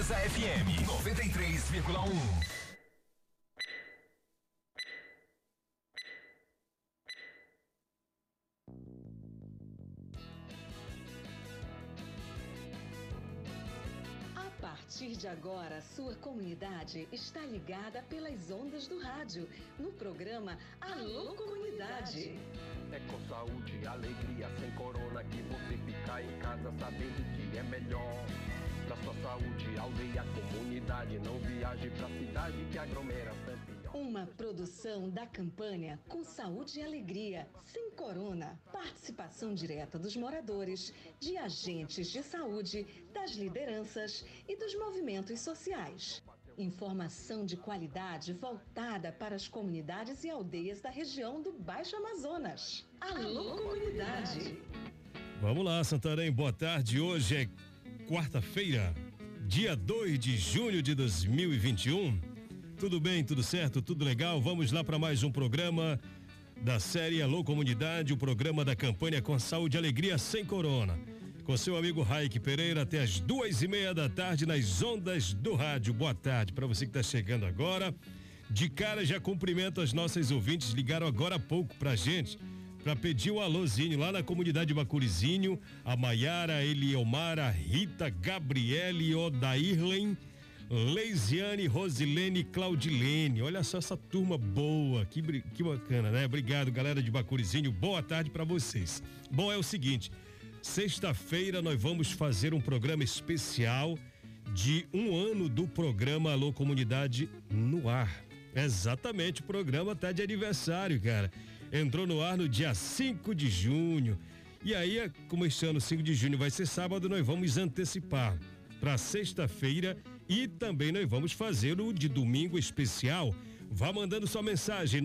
Fortaleza FM 93,1. A partir de agora, sua comunidade está ligada pelas ondas do rádio, no programa Alô Comunidade. É com saúde e alegria, sem corona, que você fica em casa sabendo que é melhor. Pra sua saúde, aldeia, comunidade, não viaje pra cidade que aglomera sempre. Uma produção da campanha Com Saúde e Alegria, sem corona. Participação direta dos moradores, de agentes de saúde, das lideranças e dos movimentos sociais. Informação de qualidade voltada para as comunidades e aldeias da região do Baixo Amazonas. Alô, comunidade! Vamos lá, Santarém, boa tarde. Hoje é quarta-feira, dia 2 de junho de 2021. Tudo bem, tudo certo, tudo legal? Vamos lá para mais um programa da série Alô Comunidade, o programa da campanha Com Saúde e Alegria Sem Corona. Com seu amigo Raik Pereira até as 2:30 da tarde nas ondas do rádio. Boa tarde para você que está chegando agora. De cara já cumprimento as nossas ouvintes, ligaram agora há pouco pra gente, para pedir o alôzinho lá na comunidade Bacurizinho, a Maiara, a Eliomara, a Rita, Gabriele, Odairlen, Leisiane, Rosilene, Claudilene. Olha só essa turma boa, que bacana, né? Obrigado, galera de Bacurizinho, boa tarde para vocês. Bom, é o seguinte, sexta-feira nós vamos fazer um programa especial de 1 ano do programa Alô Comunidade no ar. Exatamente, o programa tá de aniversário, cara. Entrou no ar no dia 5 de junho. E aí, como este ano 5 de junho vai ser sábado, nós vamos antecipar para sexta-feira e também nós vamos fazer o de domingo especial. Vá mandando sua mensagem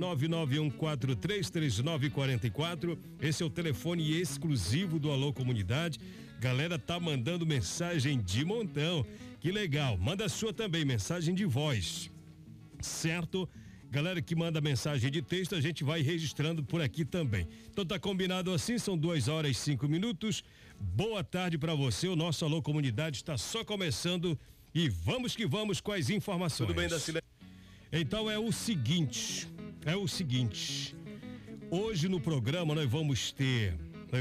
991433944. Esse é o telefone exclusivo do Alô Comunidade. Galera tá mandando mensagem de montão. Que legal. Manda a sua também, mensagem de voz. Certo? Galera que manda mensagem de texto, a gente vai registrando por aqui também. Então tá combinado assim, são 2h05. Boa tarde para você, o nosso Alô Comunidade está só começando e vamos que vamos com as informações. Tudo bem, Dacilene? Então é o seguinte, hoje no programa nós vamos ter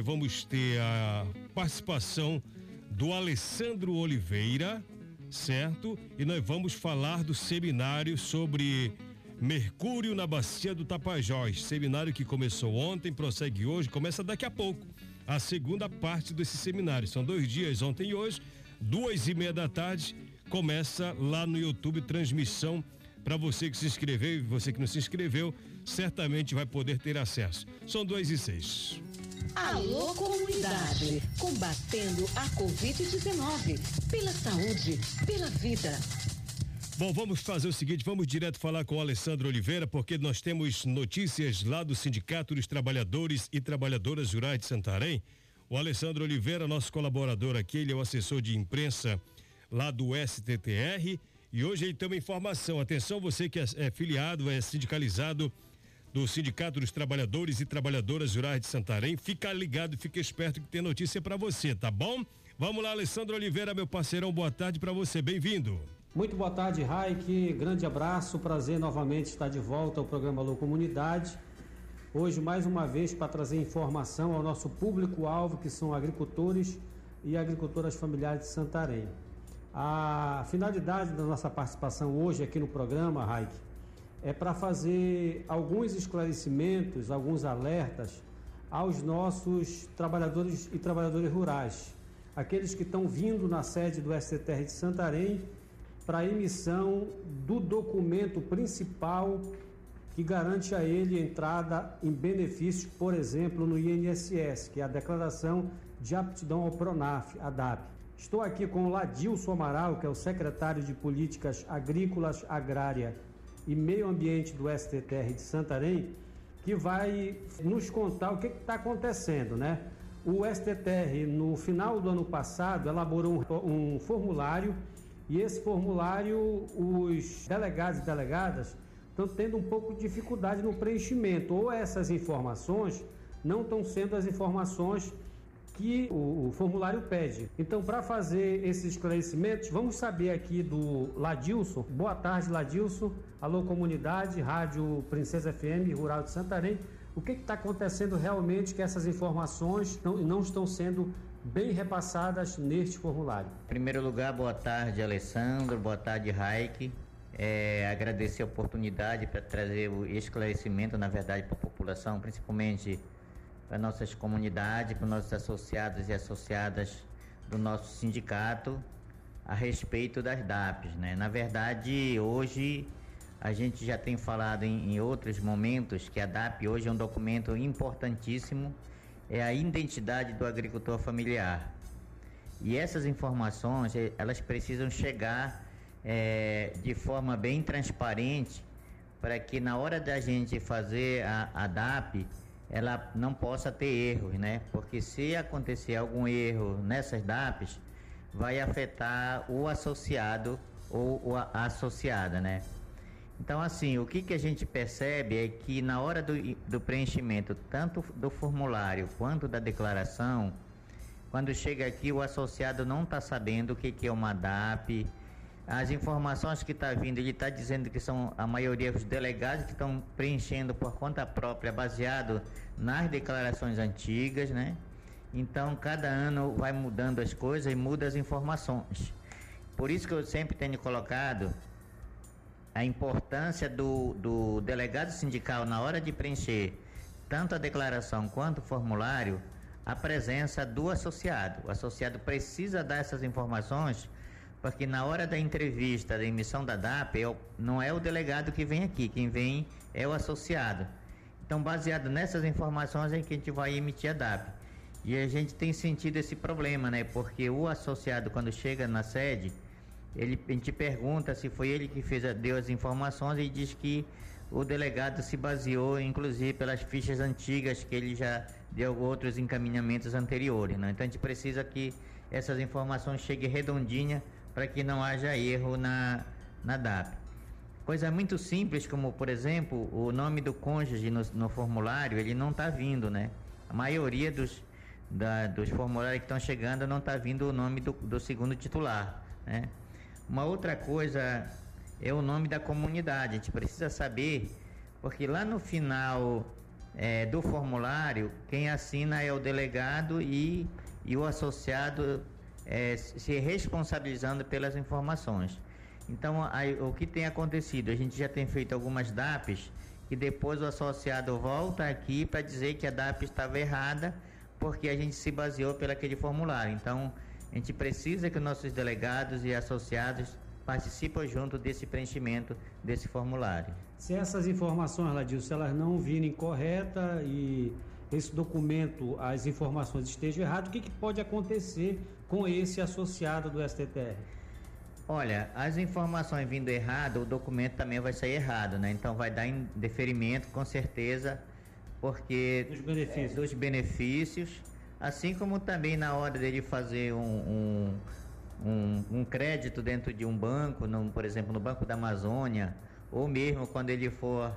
a participação do Alessandro Oliveira, certo? E nós vamos falar do seminário sobre Mercúrio na Bacia do Tapajós, seminário que começou ontem, prossegue hoje, começa daqui a pouco, a segunda parte desse seminário. São 2 dias, ontem e hoje, 2:30 da tarde, começa lá no YouTube, transmissão para você que se inscreveu e você que não se inscreveu, certamente vai poder ter acesso. São 2:06. Alô Comunidade, combatendo a Covid-19, pela saúde, pela vida. Bom, vamos fazer o seguinte, vamos direto falar com o Alessandro Oliveira, porque nós temos notícias lá do Sindicato dos Trabalhadores e Trabalhadoras Rurais de Santarém. O Alessandro Oliveira, nosso colaborador aqui, ele é o assessor de imprensa lá do STTR e hoje ele tem uma informação. Atenção, você que é filiado, é sindicalizado do Sindicato dos Trabalhadores e Trabalhadoras Rurais de Santarém, fica ligado, fica esperto que tem notícia para você, tá bom? Vamos lá, Alessandro Oliveira, meu parceirão, boa tarde para você, bem-vindo. Muito boa tarde, Raik, grande abraço, prazer novamente estar de volta ao programa Alô Comunidade. Hoje, mais uma vez, para trazer informação ao nosso público-alvo, que são agricultores e agricultoras familiares de Santarém. A finalidade da nossa participação hoje aqui no programa, Raik, é para fazer alguns esclarecimentos, alguns alertas aos nossos trabalhadores e trabalhadoras rurais, aqueles que estão vindo na sede do STTR de Santarém para a emissão do documento principal que garante a ele entrada em benefícios, por exemplo, no INSS, que é a Declaração de Aptidão ao PRONAF, a DAP. Estou aqui com o Ladilson Amaral, que é o secretário de Políticas Agrícolas, Agrária e Meio Ambiente do STTR de Santarém, que vai nos contar o que está acontecendo, né? O STTR, no final do ano passado, elaborou um formulário e esse formulário, os delegados e delegadas estão tendo um pouco de dificuldade no preenchimento, ou essas informações não estão sendo as informações que o formulário pede. Então, para fazer esses esclarecimentos, vamos saber aqui do Ladilson. Boa tarde, Ladilson. Alô, comunidade, Rádio Princesa FM, Rural de Santarém. O que está acontecendo realmente que essas informações não estão sendo bem repassadas neste formulário? Em primeiro lugar, boa tarde, Alessandro. Boa tarde, Raik. Agradecer a oportunidade para trazer o esclarecimento, na verdade, para a população, principalmente para nossas comunidades, para nossos associados e associadas do nosso sindicato, a respeito das DAPs, né? Na verdade, hoje a gente já tem falado em outros momentos que a DAP hoje é um documento importantíssimo, é a identidade do agricultor familiar. E essas informações, elas precisam chegar de forma bem transparente, para que na hora da gente fazer a DAP, ela não possa ter erros, né? Porque se acontecer algum erro nessas DAPs, vai afetar o associado ou a associada, né? Então, assim, o que a gente percebe é que na hora do preenchimento, tanto do formulário quanto da declaração, quando chega aqui, o associado não está sabendo o que é uma DAP. As informações que está vindo, ele está dizendo que são a maioria dos delegados que estão preenchendo por conta própria, baseado nas declarações antigas, né? Então, cada ano vai mudando as coisas e muda as informações. Por isso que eu sempre tenho colocado a importância do delegado sindical, na hora de preencher tanto a declaração quanto o formulário, a presença do associado. O associado precisa dar essas informações, porque na hora da entrevista, da emissão da DAP, não é o delegado que vem aqui, quem vem é o associado. Então, baseado nessas informações é que a gente vai emitir a DAP. E a gente tem sentido esse problema, né? Porque o associado, quando chega na sede, a gente pergunta se foi ele que deu as informações e diz que o delegado se baseou, inclusive, pelas fichas antigas que ele já deu outros encaminhamentos anteriores, né? Então, a gente precisa que essas informações cheguem redondinha para que não haja erro na DAP. Coisa muito simples, como, por exemplo, o nome do cônjuge no formulário, ele não está vindo, né? A maioria dos formulários que estão chegando não está vindo o nome do segundo titular, né? Uma outra coisa é o nome da comunidade. A gente precisa saber, porque lá no final do formulário, quem assina é o delegado e o associado se responsabilizando pelas informações. Então, o que tem acontecido? A gente já tem feito algumas DAPs que depois o associado volta aqui para dizer que a DAP estava errada porque a gente se baseou pelaquele formulário. Então, a gente precisa que nossos delegados e associados participem junto desse preenchimento desse formulário. Se essas informações, Ladilson, elas não virem corretas e esse documento, as informações estejam erradas, o que pode acontecer com esse associado do STTR? Olha, as informações vindo errado, o documento também vai sair errado, né? Então vai dar indeferimento, com certeza, porque dos benefícios, assim como também na hora dele fazer um crédito dentro de um banco, por exemplo, no Banco da Amazônia, ou mesmo quando ele for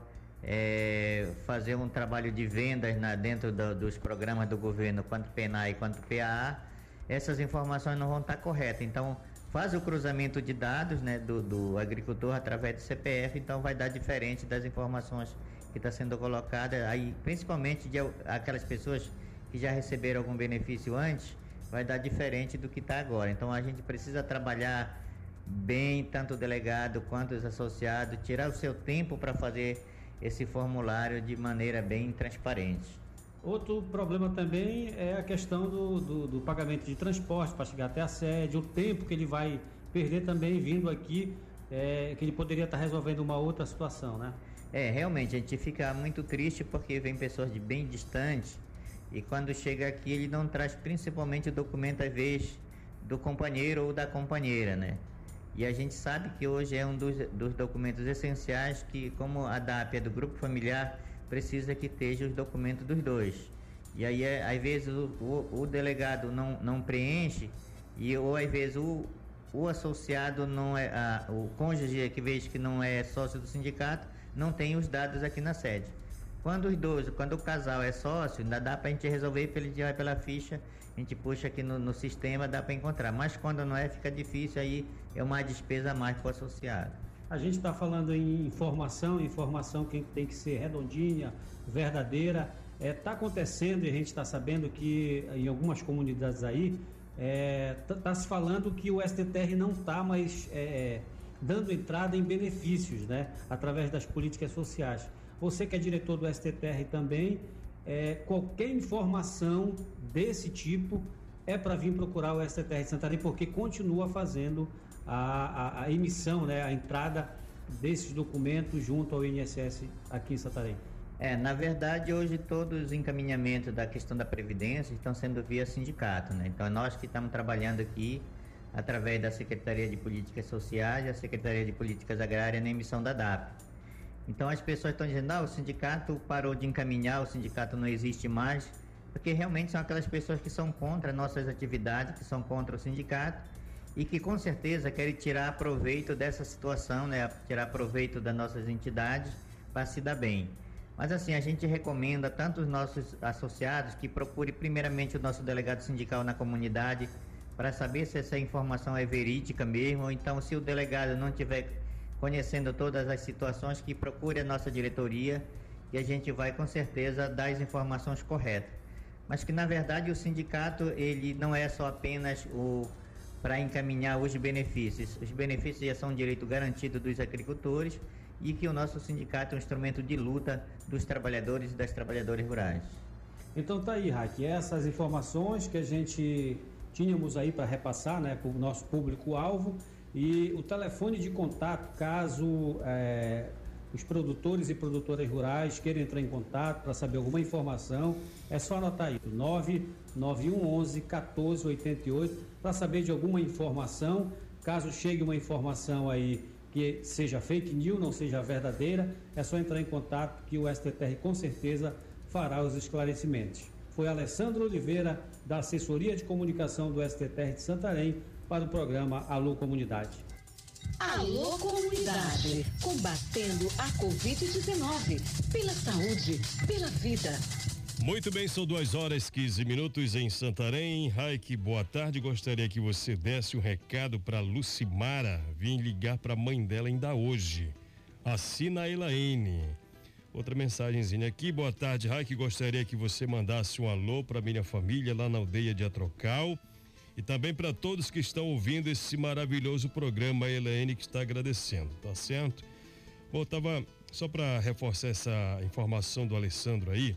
fazer um trabalho de vendas dentro dos programas do governo, quanto PNAE quanto PAA, essas informações não vão estar corretas. Então, faz o cruzamento de dados, né, do agricultor através do CPF, então vai dar diferente das informações que está sendo colocada, aí, principalmente de aquelas pessoas que já receberam algum benefício antes, vai dar diferente do que está agora. Então, a gente precisa trabalhar bem, tanto o delegado quanto os associados, tirar o seu tempo para fazer esse formulário de maneira bem transparente. Outro problema também é a questão do pagamento de transporte para chegar até a sede, o tempo que ele vai perder também vindo aqui, que ele poderia estar resolvendo uma outra situação, né? Realmente, a gente fica muito triste porque vem pessoas de bem distante e quando chega aqui ele não traz principalmente o documento, às vezes, do companheiro ou da companheira, né? E a gente sabe que hoje é um dos documentos essenciais que, como a DAP é do grupo familiar, precisa que esteja os documentos dos dois. E aí, às vezes, o delegado não preenche ou às vezes o associado não o cônjuge que vejo que não é sócio do sindicato, não tem os dados aqui na sede. Quando o casal é sócio, ainda dá para a gente resolver, ele vai pela ficha, a gente puxa aqui no sistema, dá para encontrar. Mas quando não é, fica difícil, aí é uma despesa a mais para o associado. A gente está falando em informação que tem que ser redondinha, verdadeira. Está acontecendo, e a gente está sabendo que em algumas comunidades aí, está se falando que o STTR não está mais dando entrada em benefícios, né, através das políticas sociais. Você que é diretor do STTR também, qualquer informação desse tipo é para vir procurar o STTR de Santarém, porque continua fazendo a emissão, né, a entrada desses documentos junto ao INSS aqui em Santarém. Na verdade, hoje todos os encaminhamentos da questão da Previdência estão sendo via sindicato, né? Então, nós que estamos trabalhando aqui através da Secretaria de Políticas Sociais e a Secretaria de Políticas Agrárias na emissão da DAP. Então, as pessoas estão dizendo, o sindicato parou de encaminhar, o sindicato não existe mais, porque realmente são aquelas pessoas que são contra nossas atividades, que são contra o sindicato e que com certeza querem tirar proveito dessa situação, né? Tirar proveito das nossas entidades para se dar bem. Mas assim, a gente recomenda tanto os nossos associados que procure primeiramente o nosso delegado sindical na comunidade para saber se essa informação é verídica mesmo, ou então se o delegado não estiver conhecendo todas as situações, que procure a nossa diretoria e a gente vai com certeza dar as informações corretas. Mas que na verdade o sindicato ele não é só apenas para encaminhar os benefícios já são um direito garantido dos agricultores e que o nosso sindicato é um instrumento de luta dos trabalhadores e das trabalhadoras rurais. Então tá aí, Raik, essas informações que a gente tínhamos aí para repassar, né, para o nosso público-alvo, e o telefone de contato, caso os produtores e produtoras rurais queiram entrar em contato para saber alguma informação, é só anotar aí, 99111 1488, para saber de alguma informação. Caso chegue uma informação aí que seja fake news, não seja verdadeira, é só entrar em contato que o STTR com certeza fará os esclarecimentos. Foi Alessandro Oliveira, da Assessoria de Comunicação do STTR de Santarém, para o programa Alô Comunidade. Alô Comunidade, combatendo a Covid-19, pela saúde, pela vida. Muito bem, são 2h15 em Santarém. Raik, boa tarde. Gostaria que você desse um recado para Lucimara. Vim ligar para a mãe dela ainda hoje. Assina a Elaine. Outra mensagenzinha aqui. Boa tarde, Raik. Gostaria que você mandasse um alô para minha família lá na aldeia de Atrocal e também para todos que estão ouvindo esse maravilhoso programa. A Elaine que está agradecendo, tá certo? Bom, só para reforçar essa informação do Alessandro aí.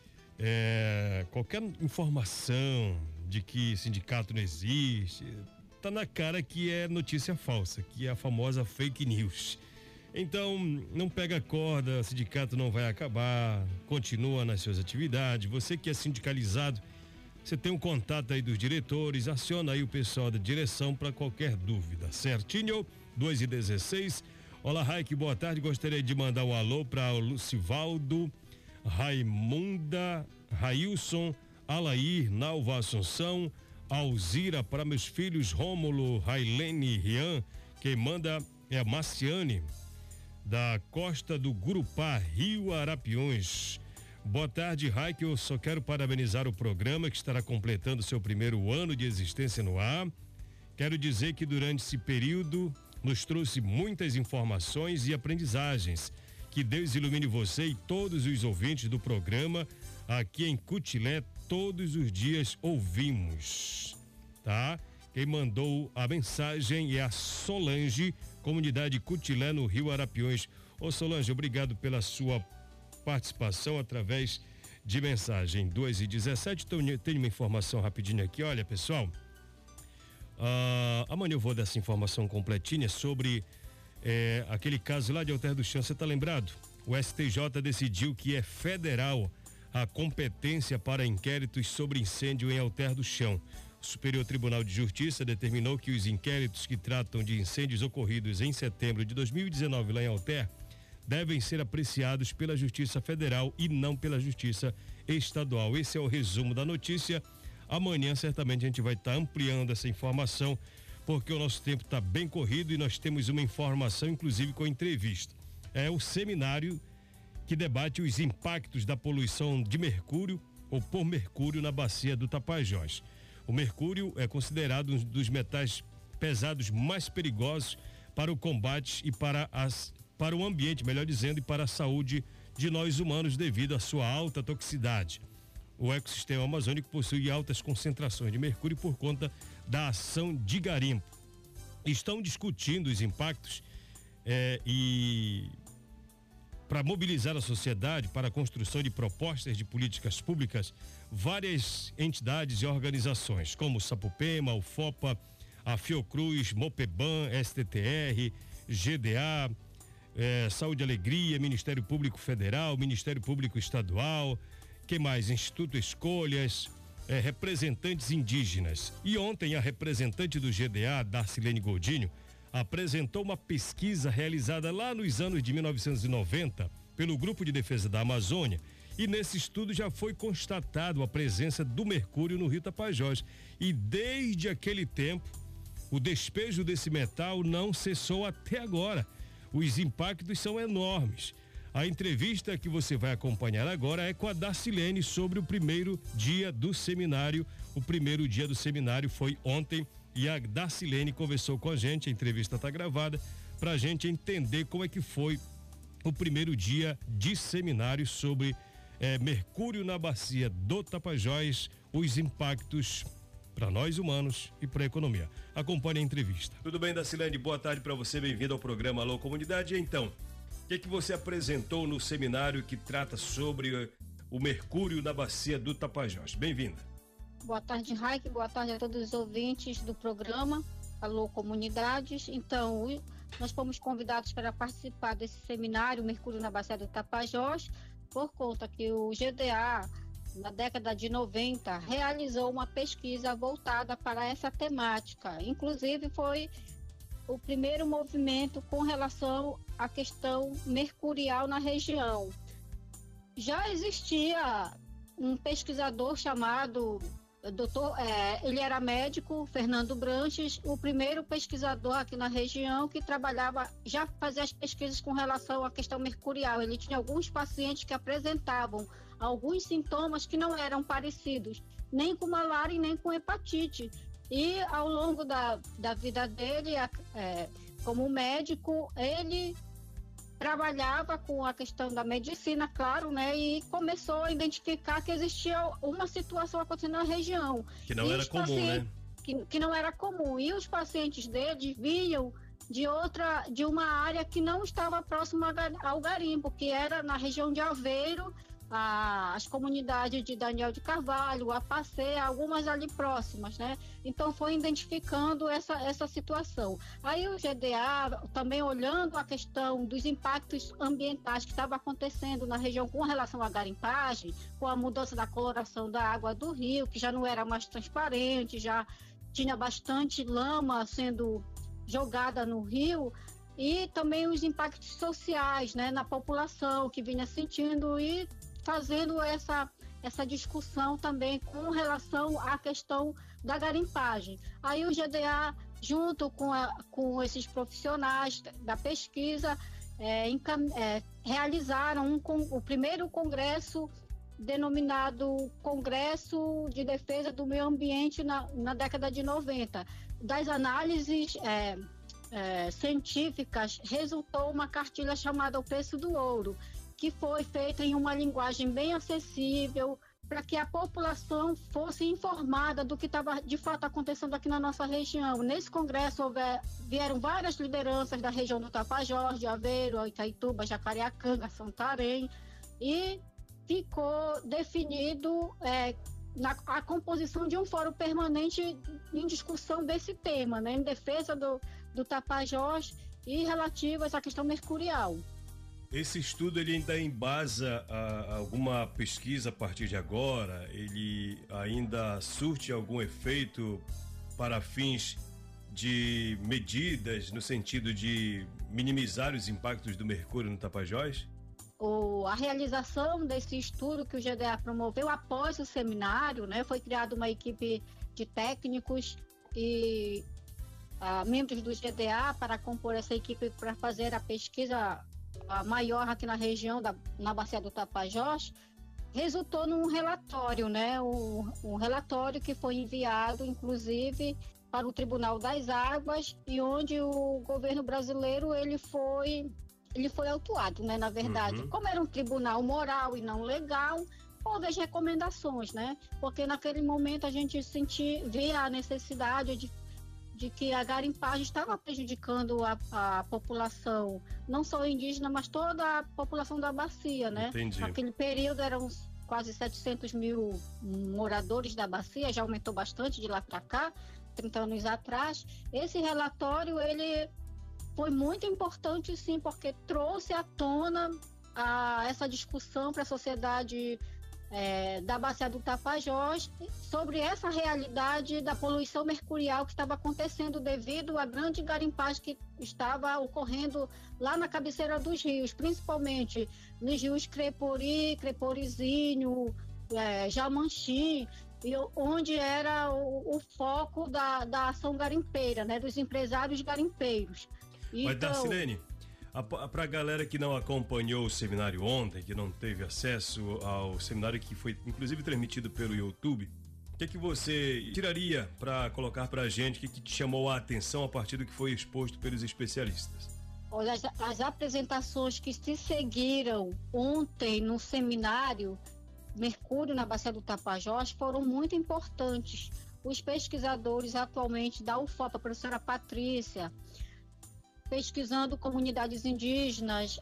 Qualquer informação de que sindicato não existe, tá na cara que é notícia falsa, que é a famosa fake news. Então, não pega corda, sindicato não vai acabar, continua nas suas atividades. Você que é sindicalizado, você tem um contato aí dos diretores, aciona aí o pessoal da direção para qualquer dúvida, certinho? 2h16. Olá, Raik, boa tarde. Gostaria de mandar um alô para o Lucivaldo, Raimunda, Railson, Alair, Nalva Assunção, Alzira, para meus filhos Rômulo, Railene, Rian. Quem manda é a Marciane, da Costa do Gurupá, Rio Arapiões. Boa tarde, Raik, eu só quero parabenizar o programa que estará completando seu primeiro ano de existência no ar. Quero dizer que durante esse período nos trouxe muitas informações e aprendizagens. Que Deus ilumine você e todos os ouvintes do programa. Aqui em Cutilé, todos os dias ouvimos, tá? Quem mandou a mensagem é a Solange, comunidade Cutilé, no Rio Arapiões. Ô Solange, obrigado pela sua participação através de mensagem. 2h17, tenho uma informação rapidinho aqui. Olha, pessoal, amanhã eu vou dar essa informação completinha sobre aquele caso lá de Alter do Chão. Você tá lembrado? O STJ decidiu que é federal a competência para inquéritos sobre incêndio em Alter do Chão. O Superior Tribunal de Justiça determinou que os inquéritos que tratam de incêndios ocorridos em setembro de 2019 lá em Alter devem ser apreciados pela Justiça Federal e não pela Justiça Estadual. Esse é o resumo da notícia. Amanhã certamente a gente vai estar ampliando essa informação, porque o nosso tempo está bem corrido e nós temos uma informação, inclusive com entrevista. É o seminário que debate os impactos da poluição de mercúrio ou por mercúrio na bacia do Tapajós. O mercúrio é considerado um dos metais pesados mais perigosos para o combate e para o ambiente, melhor dizendo, e para a saúde de nós humanos devido à sua alta toxicidade. O ecossistema amazônico possui altas concentrações de mercúrio por conta da ação de garimpo. Estão discutindo os impactos e para mobilizar a sociedade para a construção de propostas de políticas públicas, várias entidades e organizações, como o Sapopema, o FOPA, a Fiocruz, Mopeban, STTR, GDA, Saúde e Alegria, Ministério Público Federal, Ministério Público Estadual, que mais? Instituto Escolhas, representantes indígenas. E ontem a representante do GDA, Darcilene Godinho, apresentou uma pesquisa realizada lá nos anos de 1990 pelo Grupo de Defesa da Amazônia, e nesse estudo já foi constatado a presença do mercúrio no Rio Tapajós, e desde aquele tempo o despejo desse metal não cessou até agora. Os impactos são enormes. A entrevista que você vai acompanhar agora é com a Darcilene sobre o primeiro dia do seminário. O primeiro dia do seminário foi ontem e a Darcilene conversou com a gente, a entrevista está gravada, para a gente entender como é que foi o primeiro dia de seminário sobre mercúrio na bacia do Tapajós, os impactos para nós humanos e para a economia. Acompanhe a entrevista. Tudo bem, Darcilene? Boa tarde para você, bem-vindo ao programa Alô Comunidade. Então, o que você apresentou no seminário que trata sobre o mercúrio na bacia do Tapajós? Bem-vinda. Boa tarde, Raik. Boa tarde a todos os ouvintes do programa Alô Comunidades. Então, nós fomos convidados para participar desse seminário Mercúrio na Bacia do Tapajós, por conta que o GDA, na década de 90, realizou uma pesquisa voltada para essa temática. Inclusive, foi o primeiro movimento com relação à questão mercurial na região. Já existia um pesquisador chamado ele era médico, Fernando Branches, o primeiro pesquisador aqui na região que trabalhava, já fazia as pesquisas com relação à questão mercurial. Ele tinha alguns pacientes que apresentavam alguns sintomas que não eram parecidos, nem com malária e nem com hepatite. E ao longo da vida dele, como médico, ele trabalhava com a questão da medicina, claro, né? E começou a identificar que existia uma situação acontecendo na região. Que não era comum, né? Que não era comum. E os pacientes dele vinham de uma área que não estava próxima ao garimpo, que era na região de Aveiro, as comunidades de Daniel de Carvalho, Apacê, algumas ali próximas, né? Então foi identificando essa situação. Aí o GDA, também olhando a questão dos impactos ambientais que estavam acontecendo na região com relação à garimpagem, com a mudança da coloração da água do rio, que já não era mais transparente, já tinha bastante lama sendo jogada no rio, e também os impactos sociais, né, na população que vinha sentindo e fazendo essa discussão também com relação à questão da garimpagem. Aí o GDA, junto com esses profissionais da pesquisa, realizaram o primeiro congresso, denominado Congresso de Defesa do Meio Ambiente na década de 90. Das análises científicas, resultou uma cartilha chamada O Preço do Ouro, que foi feita em uma linguagem bem acessível, para que a população fosse informada do que estava de fato acontecendo aqui na nossa região. Nesse congresso vieram várias lideranças da região do Tapajós, de Aveiro, Itaituba, Jacareacanga, Santarém, e ficou definido a composição de um fórum permanente em discussão desse tema, né, em defesa do Tapajós e relativas à questão mercurial. Esse estudo ele ainda embasa alguma pesquisa a partir de agora? Ele ainda surte algum efeito para fins de medidas no sentido de minimizar os impactos do mercúrio no Tapajós? A realização desse estudo que o GDA promoveu após o seminário, né, foi criada uma equipe de técnicos e membros do GDA para compor essa equipe para fazer a pesquisa a maior aqui na região, na Bacia do Tapajós, resultou num relatório, né? Um relatório que foi enviado, inclusive, para o Tribunal das Águas, e onde o governo brasileiro ele foi autuado, né? Na verdade, como era um tribunal moral e não legal, houve as recomendações, né? Porque naquele momento a gente via a necessidade de que a garimpagem estava prejudicando a população, não só indígena, mas toda a população da bacia, né? Entendi. Naquele período eram quase 700 mil moradores da bacia, já aumentou bastante de lá para cá, 30 anos atrás. Esse relatório, ele foi muito importante, sim, porque trouxe à tona essa discussão para a sociedade da Bacia do Tapajós sobre essa realidade da poluição mercurial que estava acontecendo devido à grande garimpagem que estava ocorrendo lá na cabeceira dos rios, principalmente nos rios Crepori, Creporizinho, Jamanchim, onde era o foco da ação garimpeira, né, dos empresários garimpeiros. Mas, Darcilene, para a galera que não acompanhou o seminário ontem, que não teve acesso ao seminário que foi inclusive transmitido pelo YouTube, o que você tiraria para colocar para a gente, o que te chamou a atenção a partir do que foi exposto pelos especialistas? Olha, as apresentações que se seguiram ontem no seminário Mercúrio na Bacia do Tapajós foram muito importantes. Os pesquisadores atualmente da UFOP, a professora Patrícia, pesquisando comunidades indígenas,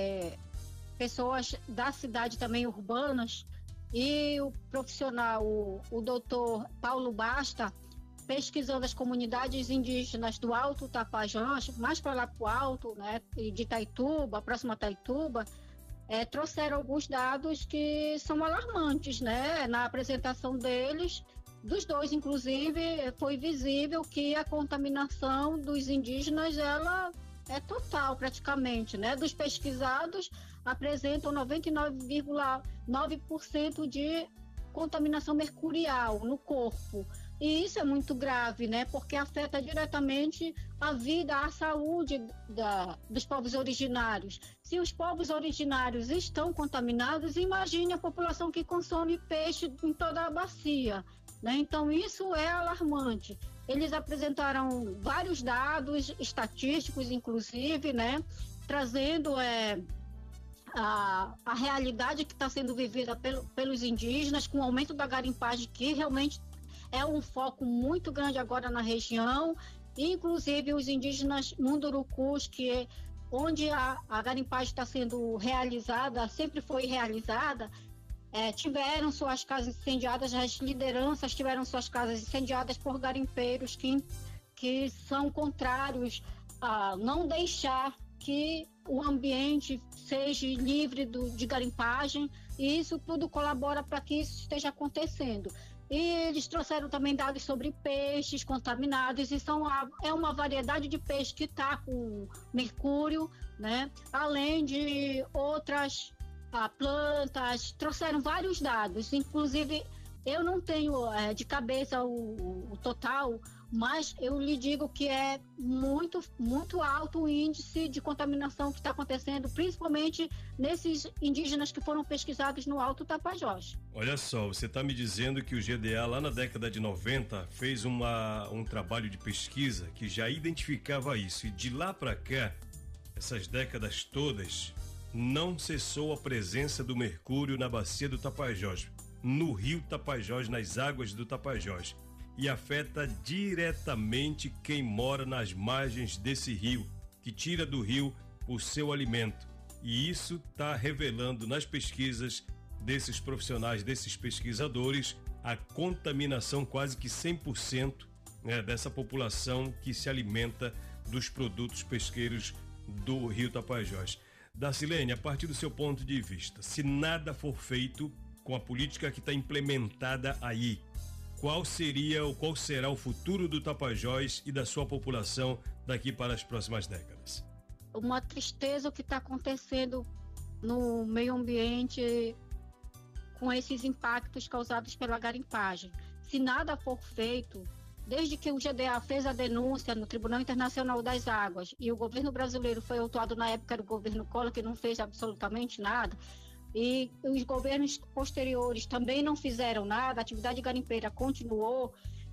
pessoas da cidade também urbanas, e o profissional, o doutor Paulo Basta, pesquisando as comunidades indígenas do Alto Tapajós, mais para lá para o alto, né, de Itaituba, próximo a Itaituba, trouxeram alguns dados que são alarmantes, né? Na apresentação deles, dos dois, inclusive, foi visível que a contaminação dos indígenas, ela é total praticamente, né? Dos pesquisados, apresentam 99,9% de contaminação mercurial no corpo. E isso é muito grave, né? Porque afeta diretamente a vida, a saúde dos povos originários. Se os povos originários estão contaminados, imagine a população que consome peixe em toda a bacia, né? Então, isso é alarmante. Eles apresentaram vários dados estatísticos, inclusive, né? Trazendo a realidade que está sendo vivida pelos indígenas, com o aumento da garimpagem, que realmente é um foco muito grande agora na região, inclusive os indígenas mundurucus, onde a garimpagem está sendo realizada, sempre foi realizada, tiveram suas casas incendiadas, as lideranças tiveram suas casas incendiadas por garimpeiros que são contrários a não deixar que o ambiente seja livre de garimpagem, e isso tudo colabora para que isso esteja acontecendo. E eles trouxeram também dados sobre peixes contaminados, e é uma variedade de peixe que está com mercúrio, né? Além de outras plantas, trouxeram vários dados, inclusive eu não tenho de cabeça o total, mas eu lhe digo que é muito, muito alto o índice de contaminação que está acontecendo, principalmente nesses indígenas que foram pesquisados no Alto Tapajós. Olha só, você está me dizendo que o GDA lá na década de 90 fez um trabalho de pesquisa que já identificava isso, e de lá para cá, essas décadas todas, não cessou a presença do mercúrio na bacia do Tapajós, no rio Tapajós, nas águas do Tapajós, e afeta diretamente quem mora nas margens desse rio, que tira do rio o seu alimento. E isso está revelando nas pesquisas desses profissionais, desses pesquisadores, a contaminação quase que 100%, né, dessa população que se alimenta dos produtos pesqueiros do rio Tapajós. Darcilene, a partir do seu ponto de vista, se nada for feito com a política que está implementada aí, qual será o futuro do Tapajós e da sua população daqui para as próximas décadas? Uma tristeza o que está acontecendo no meio ambiente com esses impactos causados pela garimpagem. Se nada for feito, desde que o GDA fez a denúncia no Tribunal Internacional das Águas e o governo brasileiro foi autuado na época do governo Collor, que não fez absolutamente nada, e os governos posteriores também não fizeram nada, a atividade garimpeira continuou.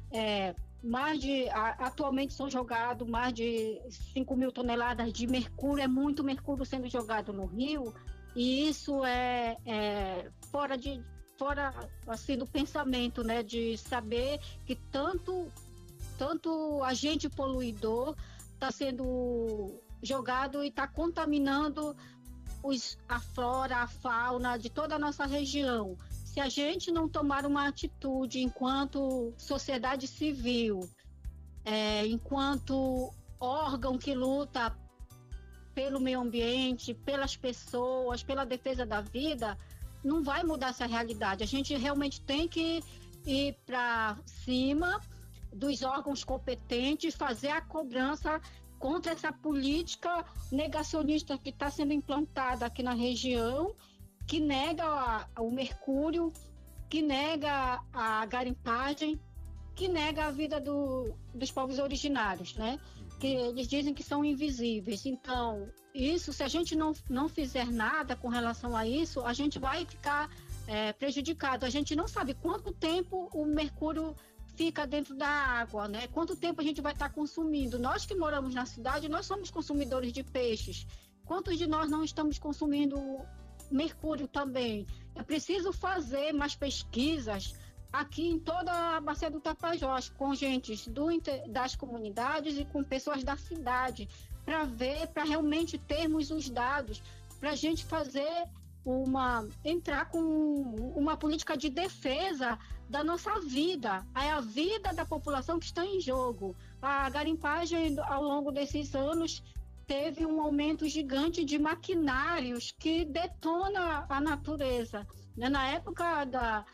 Atualmente são jogados mais de 5 mil toneladas de mercúrio, é muito mercúrio sendo jogado no rio, e isso é fora assim, do pensamento, né, de saber que tanto agente poluidor está sendo jogado e está contaminando a flora, a fauna de toda a nossa região. Se a gente não tomar uma atitude enquanto sociedade civil, enquanto órgão que luta pelo meio ambiente, pelas pessoas, pela defesa da vida, não vai mudar essa realidade. A gente realmente tem que ir para cima dos órgãos competentes, fazer a cobrança contra essa política negacionista que está sendo implantada aqui na região, que nega o mercúrio, que nega a garimpagem, que nega a vida dos povos originários, né? Que eles dizem que são invisíveis. Então, isso, se a gente não fizer nada com relação a isso, a gente vai ficar prejudicado. A gente não sabe quanto tempo o mercúrio fica dentro da água, né? Quanto tempo a gente vai estar consumindo. Nós que moramos na cidade, nós somos consumidores de peixes. Quantos de nós não estamos consumindo mercúrio também? É preciso fazer mais pesquisas aqui em toda a bacia do Tapajós, com gente das comunidades e com pessoas da cidade, para realmente termos os dados, para a gente entrar com uma política de defesa da nossa vida. É a vida da população que está em jogo. A garimpagem, ao longo desses anos, teve um aumento gigante de maquinários que detona a natureza. Na época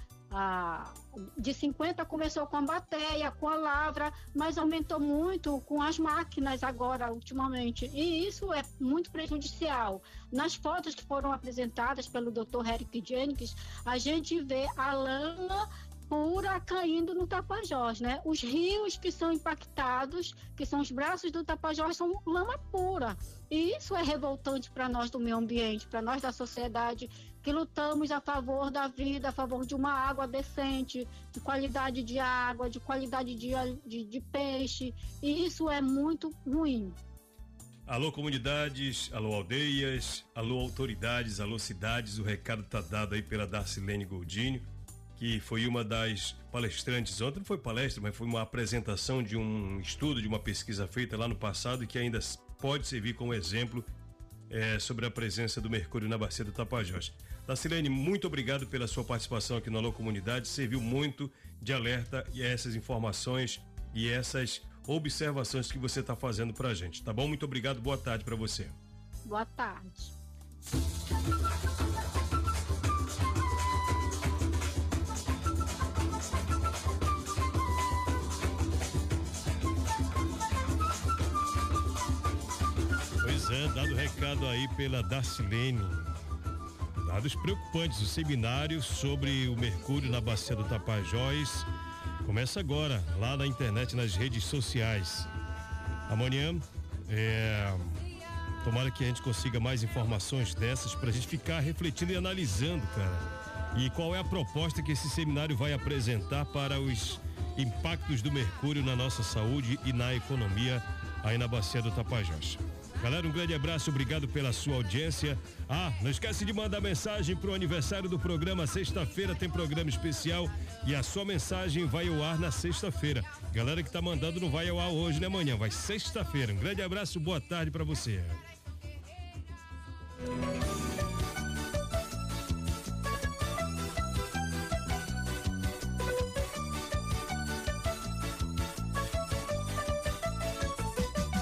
de 50 começou com a bateia, com a lavra, mas aumentou muito com as máquinas agora, ultimamente. E isso é muito prejudicial. Nas fotos que foram apresentadas pelo Dr. Eric Jennings, a gente vê a lama pura caindo no Tapajós, né? Os rios que são impactados, que são os braços do Tapajós, são lama pura. E isso é revoltante para nós do meio ambiente, para nós da sociedade, que lutamos a favor da vida, a favor de uma água decente, de qualidade de água, de qualidade de peixe, e isso é muito ruim. Alô comunidades, alô aldeias, alô autoridades, alô cidades, o recado tá dado aí pela Darcilene Goldinho, que foi uma das palestrantes ontem. Não foi palestra, mas foi uma apresentação de um estudo, de uma pesquisa feita lá no passado, que ainda pode servir como exemplo sobre a presença do mercúrio na bacia do Tapajós. Darcilene, muito obrigado pela sua participação aqui no Alô Comunidade, serviu muito de alerta e essas informações e essas observações que você está fazendo pra gente, tá bom? Muito obrigado, boa tarde para você. Boa tarde. Dado o recado aí pela Darcilene, dados preocupantes. O seminário sobre o mercúrio na bacia do Tapajós começa agora, lá na internet, nas redes sociais. Amanhã, tomara que a gente consiga mais informações dessas pra gente ficar refletindo e analisando, cara. E qual é a proposta que esse seminário vai apresentar para os impactos do mercúrio na nossa saúde e na economia aí na bacia do Tapajós. Galera, um grande abraço, obrigado pela sua audiência. Não esquece de mandar mensagem pro aniversário do programa. Sexta-feira tem programa especial e a sua mensagem vai ao ar na sexta-feira. Galera que tá mandando não vai ao ar hoje nem amanhã, vai sexta-feira. Um grande abraço, boa tarde para você.